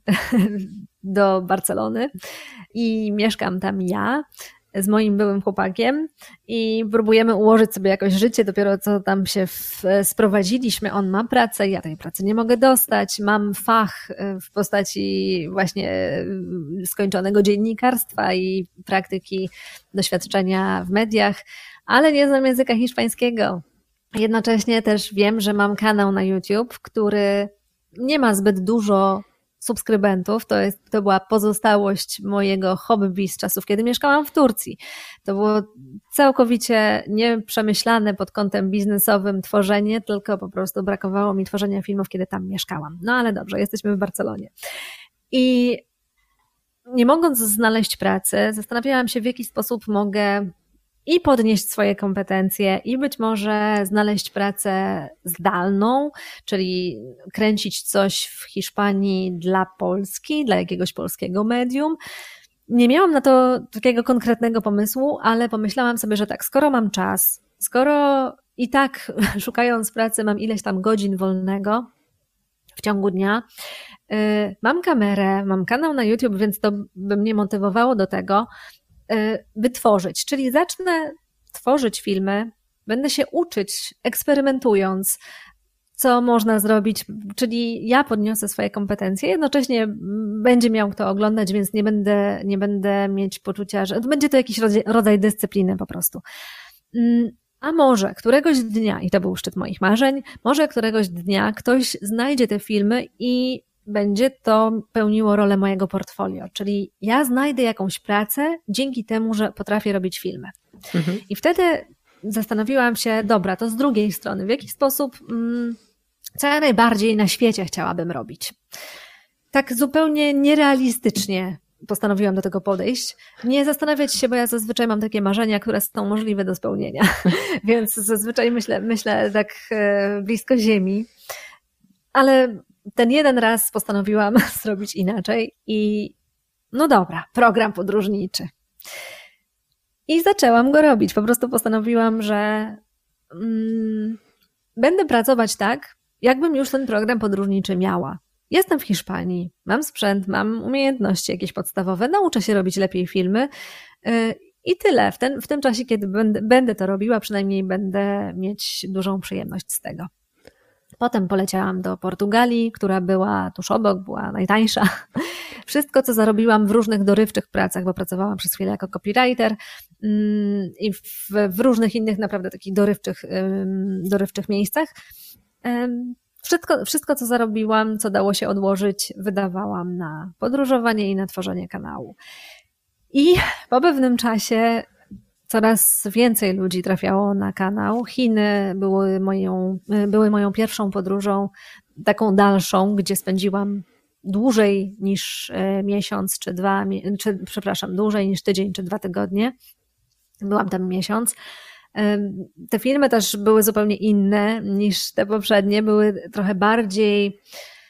do Barcelony i mieszkam tam ja z moim byłym chłopakiem i próbujemy ułożyć sobie jakoś życie, dopiero co tam się w, sprowadziliśmy, on ma pracę, ja tej pracy nie mogę dostać, mam fach w postaci właśnie skończonego dziennikarstwa i praktyki doświadczenia w mediach, ale nie znam języka hiszpańskiego. Jednocześnie też wiem, że mam kanał na YouTube, który nie ma zbyt dużo subskrybentów, to, jest, to była pozostałość mojego hobby z czasów, kiedy mieszkałam w Turcji. To było całkowicie nieprzemyślane pod kątem biznesowym tworzenie, tylko po prostu brakowało mi tworzenia filmów, kiedy tam mieszkałam. No ale dobrze, jesteśmy w Barcelonie. I nie mogąc znaleźć pracy, zastanawiałam się, w jaki sposób mogę i podnieść swoje kompetencje i być może znaleźć pracę zdalną, czyli kręcić coś w Hiszpanii dla Polski, dla jakiegoś polskiego medium. Nie miałam na to takiego konkretnego pomysłu, ale pomyślałam sobie, że tak, skoro mam czas, skoro i tak szukając pracy mam ileś tam godzin wolnego w ciągu dnia, yy, mam kamerę, mam kanał na YouTube, więc to by mnie motywowało do tego, wytworzyć, czyli zacznę tworzyć filmy, będę się uczyć, eksperymentując, co można zrobić, czyli ja podniosę swoje kompetencje, jednocześnie będzie miał kto oglądać, więc nie będę, nie będę mieć poczucia, że będzie to jakiś rodzaj, rodzaj dyscypliny po prostu. A może któregoś dnia, i to był szczyt moich marzeń, może któregoś dnia ktoś znajdzie te filmy i będzie to pełniło rolę mojego portfolio, czyli ja znajdę jakąś pracę dzięki temu, że potrafię robić filmy. Mhm. I wtedy zastanowiłam się, dobra, to z drugiej strony, w jaki sposób, co ja najbardziej na świecie chciałabym robić. Tak zupełnie nierealistycznie postanowiłam do tego podejść. Nie zastanawiać się, bo ja zazwyczaj mam takie marzenia, które są możliwe do spełnienia, więc zazwyczaj myślę, myślę tak blisko ziemi, ale ten jeden raz postanowiłam zrobić inaczej i no dobra, program podróżniczy. I zaczęłam go robić. Po prostu postanowiłam, że mm, będę pracować tak, jakbym już ten program podróżniczy miała. Jestem w Hiszpanii, mam sprzęt, mam umiejętności jakieś podstawowe, nauczę się robić lepiej filmy yy, i tyle. W, ten, w tym czasie, kiedy będę, będę to robiła, przynajmniej będę mieć dużą przyjemność z tego. Potem poleciałam do Portugalii, która była tuż obok, była najtańsza. Wszystko, co zarobiłam w różnych dorywczych pracach, bo pracowałam przez chwilę jako copywriter i w, w różnych innych naprawdę takich dorywczych, dorywczych miejscach. Wszystko, wszystko, co zarobiłam, co dało się odłożyć, wydawałam na podróżowanie i na tworzenie kanału. I po pewnym czasie coraz więcej ludzi trafiało na kanał. Chiny były moją, były moją pierwszą podróżą, taką dalszą, gdzie spędziłam dłużej niż miesiąc, czy dwa, czy, przepraszam, dłużej niż tydzień, czy dwa tygodnie. Byłam tam miesiąc. Te filmy też były zupełnie inne niż te poprzednie, były trochę bardziej...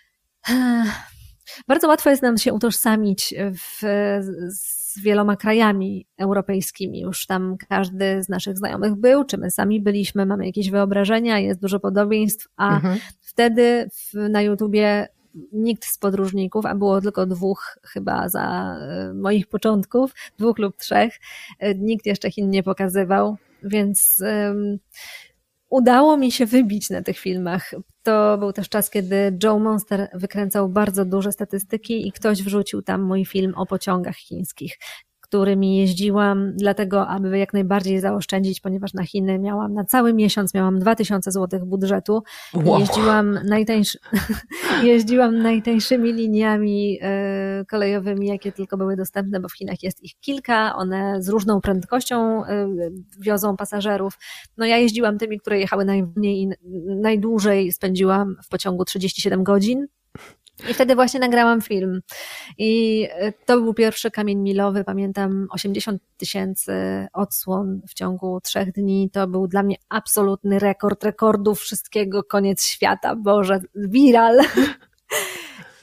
Bardzo łatwo jest nam się utożsamić w, z wieloma krajami europejskimi. Już tam każdy z naszych znajomych był, czy my sami byliśmy, mamy jakieś wyobrażenia, jest dużo podobieństw, a mhm. wtedy w, na YouTubie nikt z podróżników, a było tylko dwóch chyba za moich początków, dwóch lub trzech, nikt jeszcze Chin nie pokazywał, więc um, udało mi się wybić na tych filmach. To był też czas, kiedy Joe Monster wykręcał bardzo duże statystyki i ktoś wrzucił tam mój film o pociągach chińskich, którymi jeździłam dlatego, aby jak najbardziej zaoszczędzić, ponieważ na Chiny miałam na cały miesiąc miałam dwa tysiące złotych budżetu. Wow. Jeździłam, najtańszy, jeździłam najtańszymi liniami y, kolejowymi, jakie tylko były dostępne, bo w Chinach jest ich kilka, one z różną prędkością y, wiozą pasażerów. No ja jeździłam tymi, które jechały najmniej i najdłużej spędziłam w pociągu trzydzieści siedem godzin. I wtedy właśnie nagrałam film. I to był pierwszy kamień milowy. Pamiętam osiemdziesiąt tysięcy odsłon w ciągu trzech dni. To był dla mnie absolutny rekord rekordów wszystkiego, koniec świata. Boże, viral.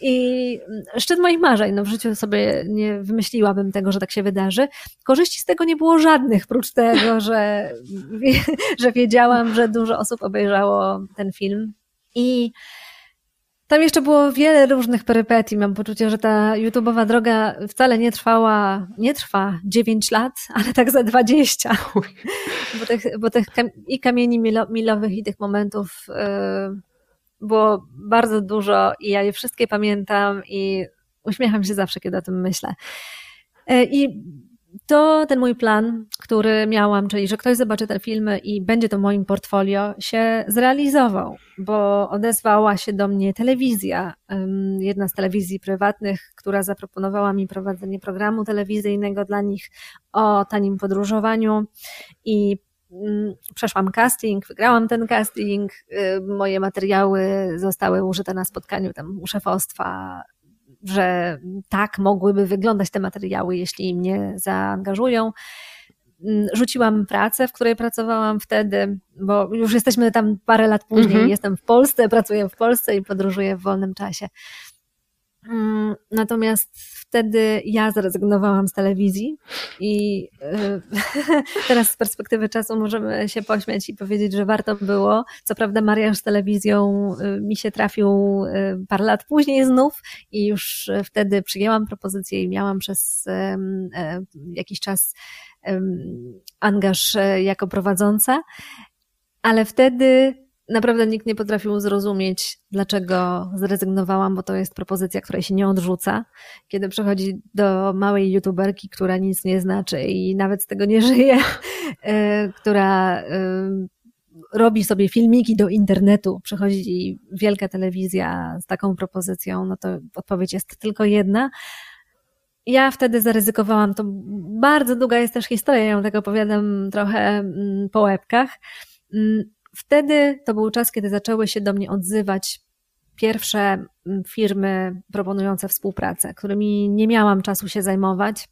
I szczyt moich marzeń, no w życiu sobie nie wymyśliłabym tego, że tak się wydarzy. Korzyści z tego nie było żadnych, prócz tego, że, że wiedziałam, że dużo osób obejrzało ten film. I tam jeszcze było wiele różnych perypetii. Mam poczucie, że ta YouTube'owa droga wcale nie trwała, nie trwa dziewięć lat, ale tak za dwadzieścia. Bo tych, bo tych kam- i kamieni milo- milowych, i tych momentów yy, było bardzo dużo i ja je wszystkie pamiętam i uśmiecham się zawsze, kiedy o tym myślę. Yy, I to ten mój plan, który miałam, czyli że ktoś zobaczy te filmy i będzie to w moim portfolio, się zrealizował, bo odezwała się do mnie telewizja, jedna z telewizji prywatnych, która zaproponowała mi prowadzenie programu telewizyjnego dla nich o tanim podróżowaniu i przeszłam casting, wygrałam ten casting, moje materiały zostały użyte na spotkaniu tam u szefostwa, że tak mogłyby wyglądać te materiały, jeśli mnie zaangażują. Rzuciłam pracę, w której pracowałam wtedy, bo już jesteśmy tam parę lat później, mm-hmm. jestem w Polsce, pracuję w Polsce i podróżuję w wolnym czasie. Natomiast wtedy ja zrezygnowałam z telewizji i teraz z perspektywy czasu możemy się pośmiać i powiedzieć, że warto było. Co prawda mariaż z telewizją mi się trafił parę lat później znów i już wtedy przyjęłam propozycję i miałam przez jakiś czas angaż jako prowadząca, ale wtedy naprawdę nikt nie potrafił zrozumieć, dlaczego zrezygnowałam, bo to jest propozycja, której się nie odrzuca. Kiedy przychodzi do małej youtuberki, która nic nie znaczy i nawet z tego nie żyje, która robi sobie filmiki do internetu, przychodzi wielka telewizja z taką propozycją, no to odpowiedź jest tylko jedna. Ja wtedy zaryzykowałam, to bardzo długa jest też historia, ja ją tak opowiadam trochę po łebkach. Wtedy to był czas, kiedy zaczęły się do mnie odzywać pierwsze firmy proponujące współpracę, którymi nie miałam czasu się zajmować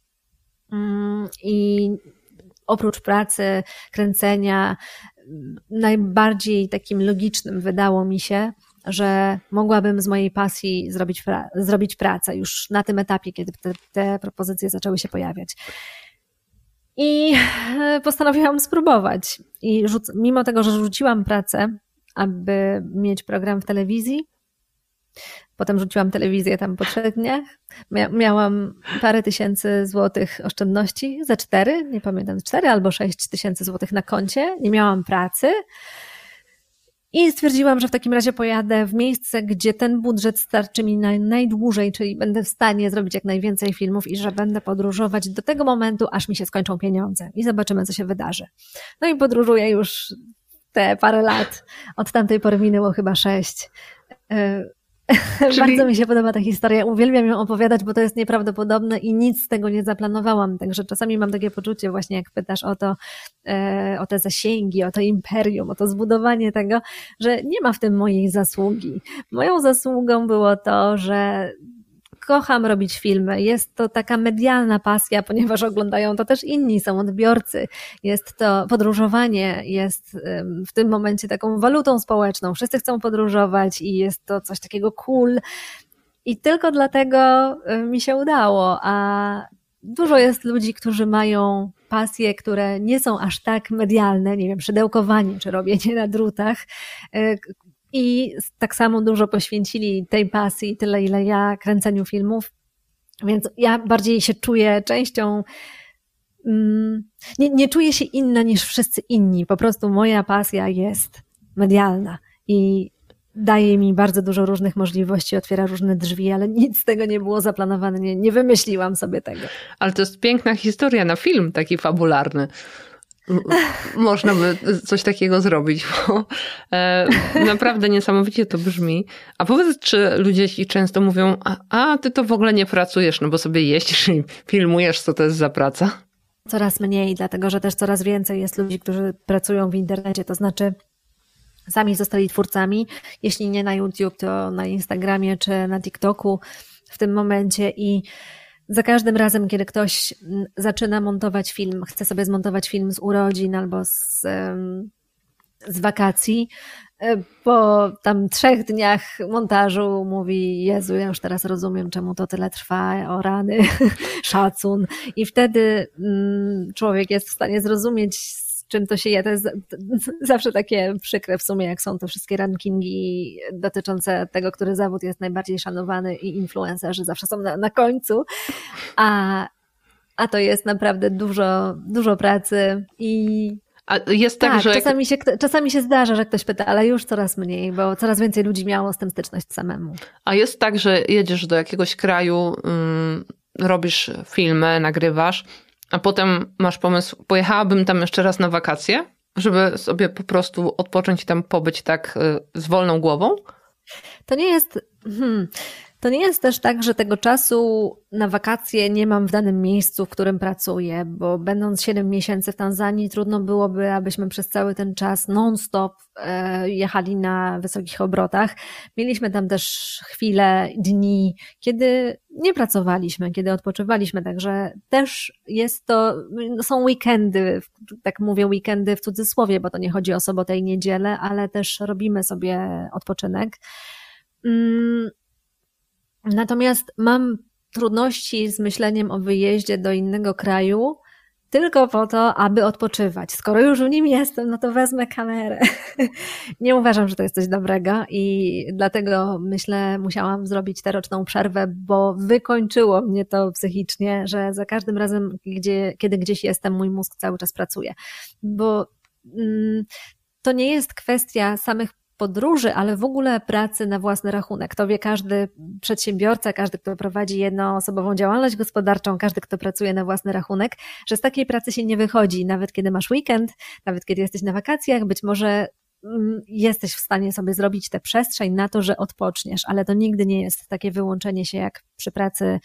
i oprócz pracy, kręcenia, najbardziej takim logicznym wydało mi się, że mogłabym z mojej pasji zrobić, pra- zrobić pracę już na tym etapie, kiedy te, te propozycje zaczęły się pojawiać. I postanowiłam spróbować. I rzuc- mimo tego, że rzuciłam pracę, aby mieć program w telewizji, potem rzuciłam telewizję tam po trzech dniach, Mia- miałam parę tysięcy złotych oszczędności, za cztery, nie pamiętam, cztery albo sześć tysięcy złotych na koncie, nie miałam pracy i stwierdziłam, że w takim razie pojadę w miejsce, gdzie ten budżet starczy mi na najdłużej, czyli będę w stanie zrobić jak najwięcej filmów i że będę podróżować do tego momentu, aż mi się skończą pieniądze i zobaczymy, co się wydarzy. No i podróżuję już te parę lat. Od tamtej pory minęło chyba sześć. Czyli... Bardzo mi się podoba ta historia, uwielbiam ją opowiadać, bo to jest nieprawdopodobne i nic z tego nie zaplanowałam, także czasami mam takie poczucie właśnie, jak pytasz o to, o te zasięgi, o to imperium, o to zbudowanie tego, że nie ma w tym mojej zasługi. Moją zasługą było to, że kocham robić filmy. Jest to taka medialna pasja, ponieważ oglądają to też inni, są odbiorcy. Jest to podróżowanie, jest w tym momencie taką walutą społeczną. Wszyscy chcą podróżować i jest to coś takiego cool. I tylko dlatego mi się udało, a dużo jest ludzi, którzy mają pasje, które nie są aż tak medialne, nie wiem, szydełkowanie czy robienie na drutach, i tak samo dużo poświęcili tej pasji, tyle ile ja kręceniu filmów, więc ja bardziej się czuję częścią, nie, nie czuję się inna niż wszyscy inni, po prostu moja pasja jest medialna i daje mi bardzo dużo różnych możliwości, otwiera różne drzwi, ale nic z tego nie było zaplanowane, nie, nie wymyśliłam sobie tego. Ale to jest piękna historia na film taki fabularny. Można by coś takiego zrobić, bo e, naprawdę niesamowicie to brzmi. A powiedz, czy ludzie ci często mówią, a, a ty to w ogóle nie pracujesz, no bo sobie jeździsz i filmujesz, co to jest za praca? Coraz mniej, dlatego że też coraz więcej jest ludzi, którzy pracują w internecie, to znaczy sami zostali twórcami, jeśli nie na YouTube, to na Instagramie czy na TikToku w tym momencie i za każdym razem, kiedy ktoś zaczyna montować film, chce sobie zmontować film z urodzin albo z, z wakacji, po tam trzech dniach montażu mówi: Jezu, ja już teraz rozumiem, czemu to tyle trwa, o rany, szacun. I wtedy mm, człowiek jest w stanie zrozumieć, z czym to się je. To jest zawsze takie przykre w sumie, jak są te wszystkie rankingi dotyczące tego, który zawód jest najbardziej szanowany i influencerzy zawsze są na, na końcu, a, a to jest naprawdę dużo, dużo pracy i A jest tak, tak, że... czasami się, czasami się zdarza, że ktoś pyta, ale już coraz mniej, bo coraz więcej ludzi miało z tym styczność samemu. A jest tak, że jedziesz do jakiegoś kraju, ym, robisz filmy, nagrywasz, a potem masz pomysł, pojechałabym tam jeszcze raz na wakacje, żeby sobie po prostu odpocząć i tam pobyć tak y, z wolną głową? To nie jest... Hmm. To nie jest też tak, że tego czasu na wakacje nie mam w danym miejscu, w którym pracuję, bo będąc siedem miesięcy w Tanzanii, trudno byłoby, abyśmy przez cały ten czas non-stop jechali na wysokich obrotach. Mieliśmy tam też chwile, dni, kiedy nie pracowaliśmy, kiedy odpoczywaliśmy, także też jest to, są weekendy, tak mówię weekendy w cudzysłowie, bo to nie chodzi o sobotę i niedzielę, ale też robimy sobie odpoczynek. Natomiast mam trudności z myśleniem o wyjeździe do innego kraju tylko po to, aby odpoczywać. Skoro już w nim jestem, no to wezmę kamerę. Nie uważam, że to jest coś dobrego i dlatego myślę, musiałam zrobić tę roczną przerwę, bo wykończyło mnie to psychicznie, że za każdym razem, gdzie, kiedy gdzieś jestem, mój mózg cały czas pracuje. Bo mm, to nie jest kwestia samych podróży, ale w ogóle pracy na własny rachunek. To wie każdy przedsiębiorca, każdy, kto prowadzi jednoosobową działalność gospodarczą, każdy, kto pracuje na własny rachunek, że z takiej pracy się nie wychodzi. Nawet kiedy masz weekend, nawet kiedy jesteś na wakacjach, być może jesteś w stanie sobie zrobić tę przestrzeń na to, że odpoczniesz, ale to nigdy nie jest takie wyłączenie się jak przy pracy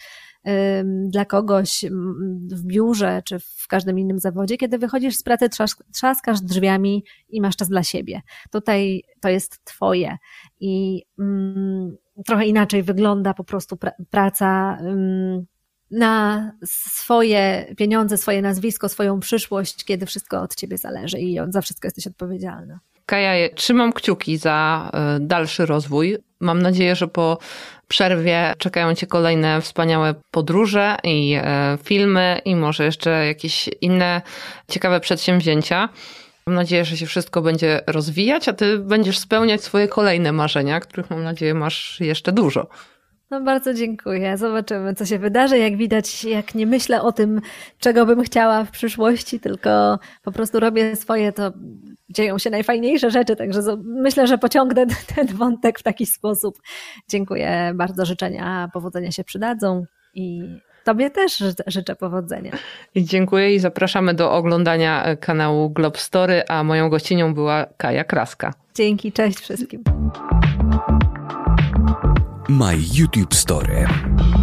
dla kogoś w biurze czy w każdym innym zawodzie, kiedy wychodzisz z pracy, trzask, trzaskasz drzwiami i masz czas dla siebie. Tutaj to jest twoje i mm, trochę inaczej wygląda po prostu pra- praca mm, na swoje pieniądze, swoje nazwisko, swoją przyszłość, kiedy wszystko od ciebie zależy i za wszystko jesteś odpowiedzialna. Kaja, trzymam kciuki za dalszy rozwój. Mam nadzieję, że po przerwie czekają cię kolejne wspaniałe podróże i filmy i może jeszcze jakieś inne ciekawe przedsięwzięcia. Mam nadzieję, że się wszystko będzie rozwijać, a ty będziesz spełniać swoje kolejne marzenia, których mam nadzieję masz jeszcze dużo. No bardzo dziękuję. Zobaczymy, co się wydarzy. Jak widać, jak nie myślę o tym, czego bym chciała w przyszłości, tylko po prostu robię swoje, to dzieją się najfajniejsze rzeczy, także myślę, że pociągnę ten wątek w taki sposób. Dziękuję bardzo. Życzenia powodzenia się przydadzą i tobie też życzę powodzenia. I dziękuję i zapraszamy do oglądania kanału Globstory, a moją gościnią była Kaja Kraska. Dzięki, cześć wszystkim. My YouTube Story.